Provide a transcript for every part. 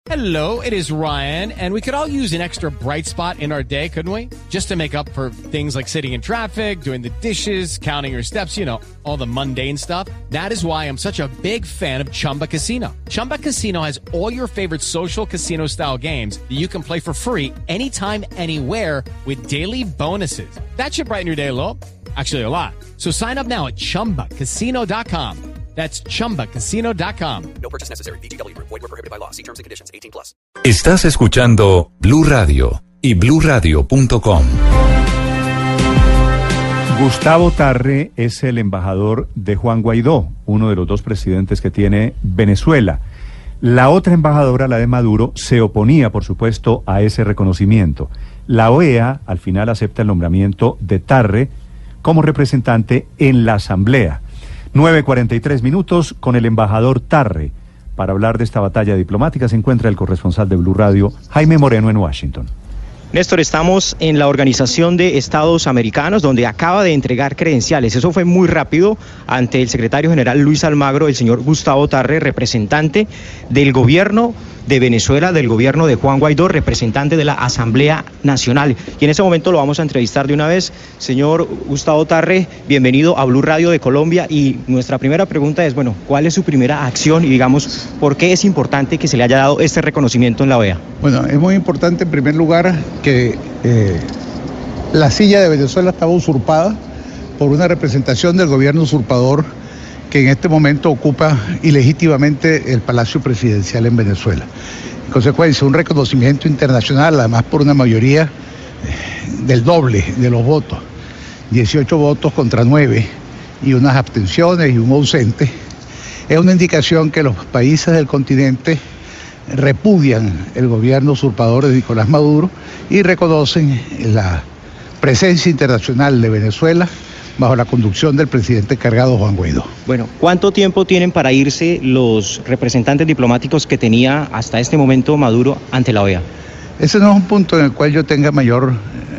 Hello, it is Ryan, and we could all use an extra bright spot in our day, couldn't we? Just to make up for things like sitting in traffic, doing the dishes, counting your steps, you know, all the mundane stuff. That is why I'm such a big fan of Chumba Casino. Chumba Casino has all your favorite social casino-style games that you can play for free anytime, anywhere with daily bonuses. That should brighten your day a little. Actually, a lot. So sign up now at ChumbaCasino.com. That's ChumbaCasino.com. No purchase necessary. VGW Group. Void where prohibited by law. See terms and conditions. 18+. Estás escuchando Blue Radio y BlueRadio.com. Gustavo Tarre es el embajador de Juan Guaidó, uno de los dos presidentes que tiene Venezuela. La otra embajadora, la de Maduro, se oponía, por supuesto, a ese reconocimiento. La OEA, al final, acepta el nombramiento de Tarre como representante en la Asamblea. 9:43 con el embajador Tarre. Para hablar de esta batalla diplomática se encuentra el corresponsal de Blue Radio, Jaime Moreno, en Washington. Néstor, estamos en la Organización de Estados Americanos, donde acaba de entregar credenciales. Eso fue muy rápido ante el secretario general Luis Almagro, el señor Gustavo Tarre, representante del gobierno de Venezuela, del gobierno de Juan Guaidó, representante de la Asamblea Nacional. Y en ese momento lo vamos a entrevistar de una vez. Señor Gustavo Tarre, bienvenido a Blue Radio de Colombia. Y nuestra primera pregunta es, bueno, ¿cuál es su primera acción y, digamos, por qué es importante que se le haya dado este reconocimiento en la OEA? Bueno, es muy importante, en primer lugar, que la silla de Venezuela estaba usurpada por una representación del gobierno usurpador que en este momento ocupa ilegítimamente el Palacio Presidencial en Venezuela. En consecuencia, un reconocimiento internacional, además por una mayoría del doble de los votos, 18 votos contra 9 y unas abstenciones y un ausente, es una indicación que los países del continente repudian el gobierno usurpador de Nicolás Maduro y reconocen la presencia internacional de Venezuela bajo la conducción del presidente encargado Juan Guaidó. Bueno, ¿cuánto tiempo tienen para irse los representantes diplomáticos que tenía hasta este momento Maduro ante la OEA? Ese no es un punto en el cual yo tenga mayor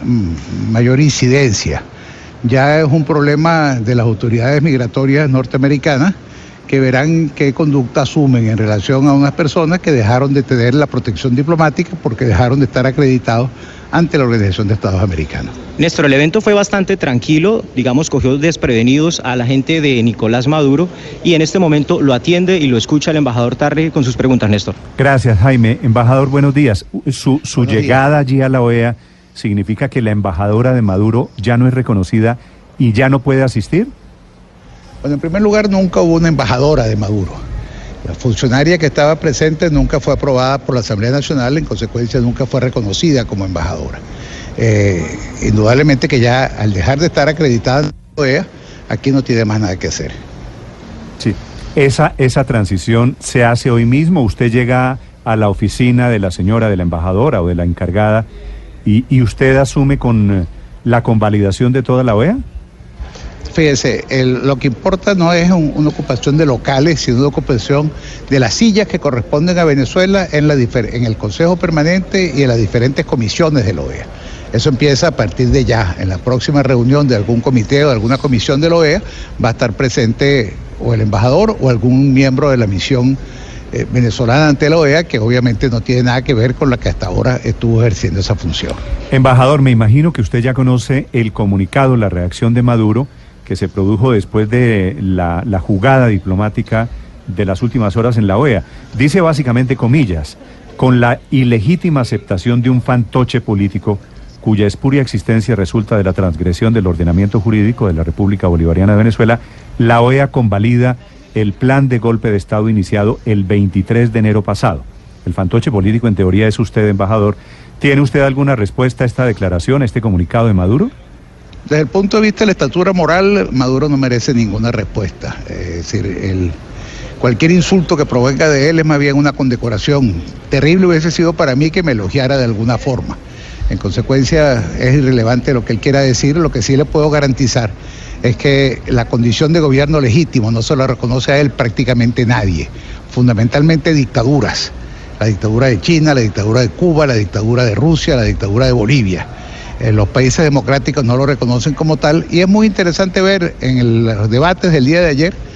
incidencia. Ya es un problema de las autoridades migratorias norteamericanas que verán qué conducta asumen en relación a unas personas que dejaron de tener la protección diplomática porque dejaron de estar acreditados ante la Organización de Estados Americanos. Néstor, el evento fue bastante tranquilo, digamos, cogió desprevenidos a la gente de Nicolás Maduro y en este momento lo atiende y lo escucha el embajador Tarre con sus preguntas, Néstor. Gracias, Jaime. Embajador, buenos días. Su llegada allí a la OEA significa que la embajadora de Maduro ya no es reconocida y ya no puede asistir. Bueno, en primer lugar, nunca hubo una embajadora de Maduro. La funcionaria que estaba presente nunca fue aprobada por la Asamblea Nacional, en consecuencia nunca fue reconocida como embajadora. Indudablemente que ya al dejar de estar acreditada en la OEA, aquí no tiene más nada que hacer. Sí, esa transición se hace hoy mismo. Usted llega a la oficina de la señora, de la embajadora o de la encargada y usted asume con la convalidación de toda la OEA. Fíjese, lo que importa no es una ocupación de locales, sino una ocupación de las sillas que corresponden a Venezuela en el Consejo Permanente y en las diferentes comisiones de la OEA. Eso empieza a partir de ya. En la próxima reunión de algún comité o de alguna comisión de la OEA va a estar presente o el embajador o algún miembro de la misión venezolana ante la OEA, que obviamente no tiene nada que ver con la que hasta ahora estuvo ejerciendo esa función. Embajador, me imagino que usted ya conoce el comunicado, la reacción de Maduro, que se produjo después de la jugada diplomática de las últimas horas en la OEA. Dice básicamente, comillas, con la ilegítima aceptación de un fantoche político cuya espuria existencia resulta de la transgresión del ordenamiento jurídico de la República Bolivariana de Venezuela, la OEA convalida el plan de golpe de Estado iniciado el 23 de enero pasado. El fantoche político, en teoría, es usted, embajador. ¿Tiene usted alguna respuesta a esta declaración, a este comunicado de Maduro? Desde el punto de vista de la estatura moral, Maduro no merece ninguna respuesta. Es decir, cualquier insulto que provenga de él es más bien una condecoración. Terrible hubiese sido para mí que me elogiara de alguna forma. En consecuencia, es irrelevante lo que él quiera decir. Lo que sí le puedo garantizar es que la condición de gobierno legítimo no se la reconoce a él prácticamente nadie. Fundamentalmente dictaduras. La dictadura de China, la dictadura de Cuba, la dictadura de Rusia, la dictadura de Bolivia. Los países democráticos no lo reconocen como tal y es muy interesante ver en los debates del día de ayer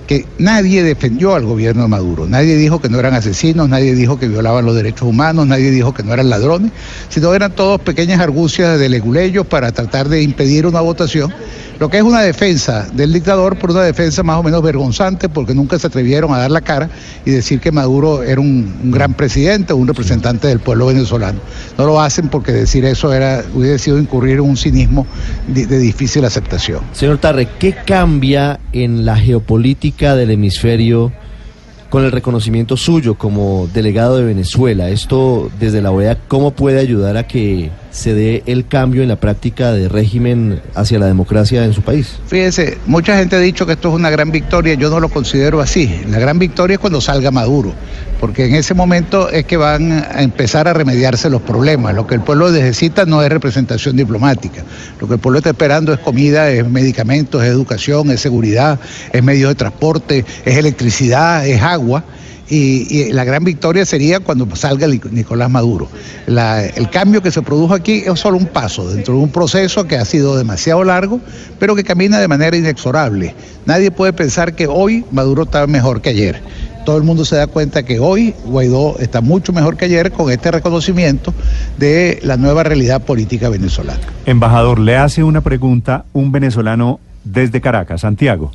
que nadie defendió al gobierno de Maduro, nadie dijo que no eran asesinos, nadie dijo que violaban los derechos humanos, nadie dijo que no eran ladrones, sino eran todos pequeñas argucias de leguleyos para tratar de impedir una votación, lo que es una defensa del dictador, pero una defensa más o menos vergonzante, porque nunca se atrevieron a dar la cara y decir que Maduro era un gran presidente, un representante del pueblo venezolano. No lo hacen porque decir eso hubiera sido incurrir en un cinismo de difícil aceptación. Señor Tarre, ¿qué cambia en la geopolítica del hemisferio con el reconocimiento suyo como delegado de Venezuela? Esto, desde la OEA, ¿cómo puede ayudar a que se dé el cambio en la práctica de régimen hacia la democracia en su país? Fíjese, mucha gente ha dicho que esto es una gran victoria, yo no lo considero así. La gran victoria es cuando salga Maduro, porque en ese momento es que van a empezar a remediarse los problemas. Lo que el pueblo necesita no es representación diplomática, lo que el pueblo está esperando es comida, es medicamentos, es educación, es seguridad, es medios de transporte, es electricidad, es agua. Y la gran victoria sería cuando salga Nicolás Maduro. El cambio que se produjo aquí es solo un paso dentro de un proceso que ha sido demasiado largo, pero que camina de manera inexorable. Nadie puede pensar que hoy Maduro está mejor que ayer. Todo el mundo se da cuenta que hoy Guaidó está mucho mejor que ayer con este reconocimiento de la nueva realidad política venezolana. Embajador, le hace una pregunta un venezolano desde Caracas, Santiago.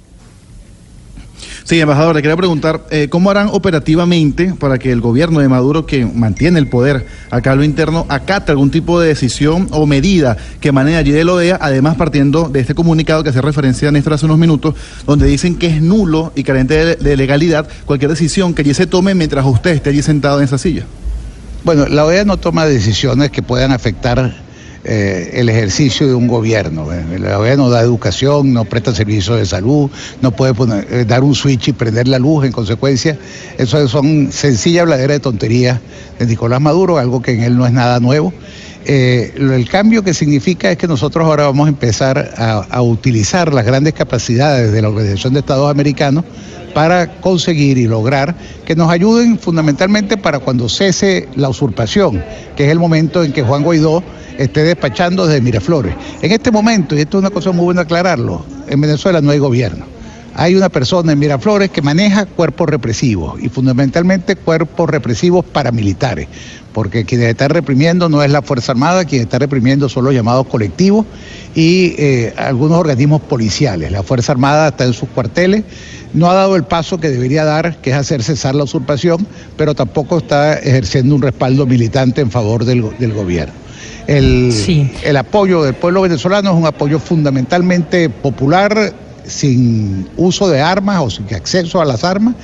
Sí, embajador, le quería preguntar, ¿cómo harán operativamente para que el gobierno de Maduro, que mantiene el poder acá a lo interno, acate algún tipo de decisión o medida que maneja allí de la OEA, además partiendo de este comunicado que hace referencia a Néstor hace unos minutos, donde dicen que es nulo y carente de legalidad cualquier decisión que allí se tome mientras usted esté allí sentado en esa silla? Bueno, la OEA no toma decisiones que puedan afectar el ejercicio de un gobierno. La OEA no da educación, no presta servicios de salud, no puede dar un switch y prender la luz. En consecuencia, eso son sencilla habladera de tonterías de Nicolás Maduro, algo que en él no es nada nuevo. El cambio que significa es que nosotros ahora vamos a empezar a utilizar las grandes capacidades de la Organización de Estados Americanos para conseguir y lograr que nos ayuden fundamentalmente para cuando cese la usurpación, que es el momento en que Juan Guaidó esté despachando desde Miraflores. En este momento, y esto es una cosa muy buena aclararlo, en Venezuela no hay gobierno. Hay una persona en Miraflores que maneja cuerpos represivos y fundamentalmente cuerpos represivos paramilitares, porque quien está reprimiendo no es la Fuerza Armada, quien está reprimiendo son los llamados colectivos y algunos organismos policiales. La Fuerza Armada está en sus cuarteles, no ha dado el paso que debería dar, que es hacer cesar la usurpación, pero tampoco está ejerciendo un respaldo militante en favor del gobierno. El apoyo del pueblo venezolano es un apoyo fundamentalmente popular, sin uso de armas o sin acceso a las armas,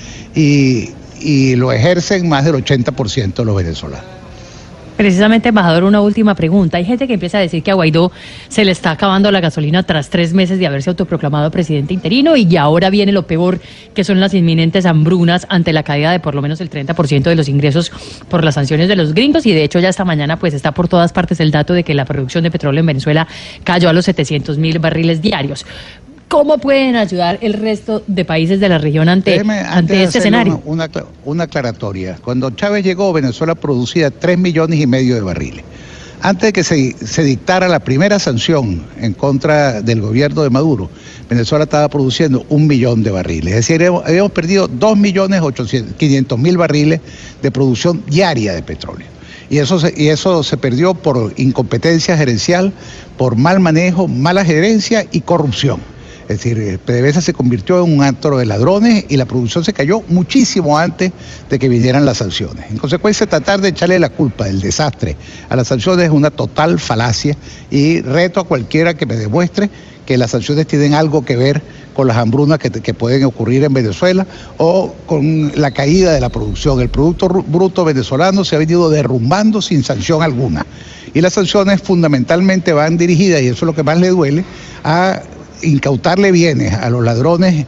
y lo ejercen más del 80% de los venezolanos. Precisamente, embajador, una última pregunta. Hay gente que empieza a decir que a Guaidó se le está acabando la gasolina tras 3 meses de haberse autoproclamado presidente interino y ahora viene lo peor, que son las inminentes hambrunas ante la caída de por lo menos el 30% de los ingresos por las sanciones de los gringos, y de hecho ya esta mañana pues está por todas partes el dato de que la producción de petróleo en Venezuela cayó a los 700.000 barriles diarios. ¿Cómo pueden ayudar el resto de países de la región ante este escenario? Una aclaratoria. Cuando Chávez llegó, Venezuela producía 3,5 millones de barriles. Antes de que se dictara la primera sanción en contra del gobierno de Maduro, Venezuela estaba produciendo 1 millón de barriles. Es decir, habíamos perdido 2.500.000 barriles de producción diaria de petróleo. Y eso se perdió por incompetencia gerencial, por mal manejo, mala gerencia y corrupción. Es decir, PDVSA se convirtió en un antro de ladrones y la producción se cayó muchísimo antes de que vinieran las sanciones. En consecuencia, tratar de echarle la culpa del desastre a las sanciones es una total falacia, y reto a cualquiera que me demuestre que las sanciones tienen algo que ver con las hambrunas que pueden ocurrir en Venezuela o con la caída de la producción. El Producto Bruto venezolano se ha venido derrumbando sin sanción alguna, y las sanciones fundamentalmente van dirigidas, y eso es lo que más le duele, a incautarle bienes a los ladrones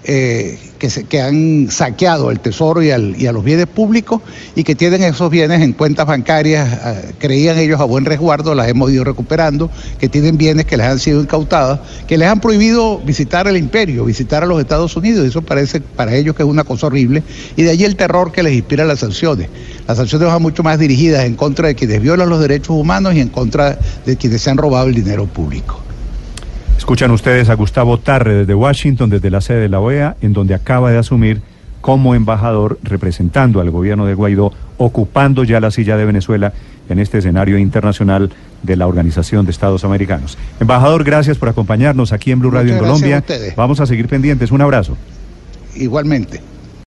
que han saqueado el tesoro y a los bienes públicos, y que tienen esos bienes en cuentas bancarias, creían ellos a buen resguardo, las hemos ido recuperando, que tienen bienes que les han sido incautados, que les han prohibido visitar el imperio, visitar a los Estados Unidos. Eso parece para ellos que es una cosa horrible, y de allí el terror que les inspira las sanciones. Las sanciones van mucho más dirigidas en contra de quienes violan los derechos humanos y en contra de quienes se han robado el dinero público. Escuchan ustedes a Gustavo Tarre desde Washington, desde la sede de la OEA, en donde acaba de asumir como embajador representando al gobierno de Guaidó, ocupando ya la silla de Venezuela en este escenario internacional de la Organización de Estados Americanos. Embajador, gracias por acompañarnos aquí en Blue Radio en Colombia. Vamos a seguir pendientes. Un abrazo. Igualmente.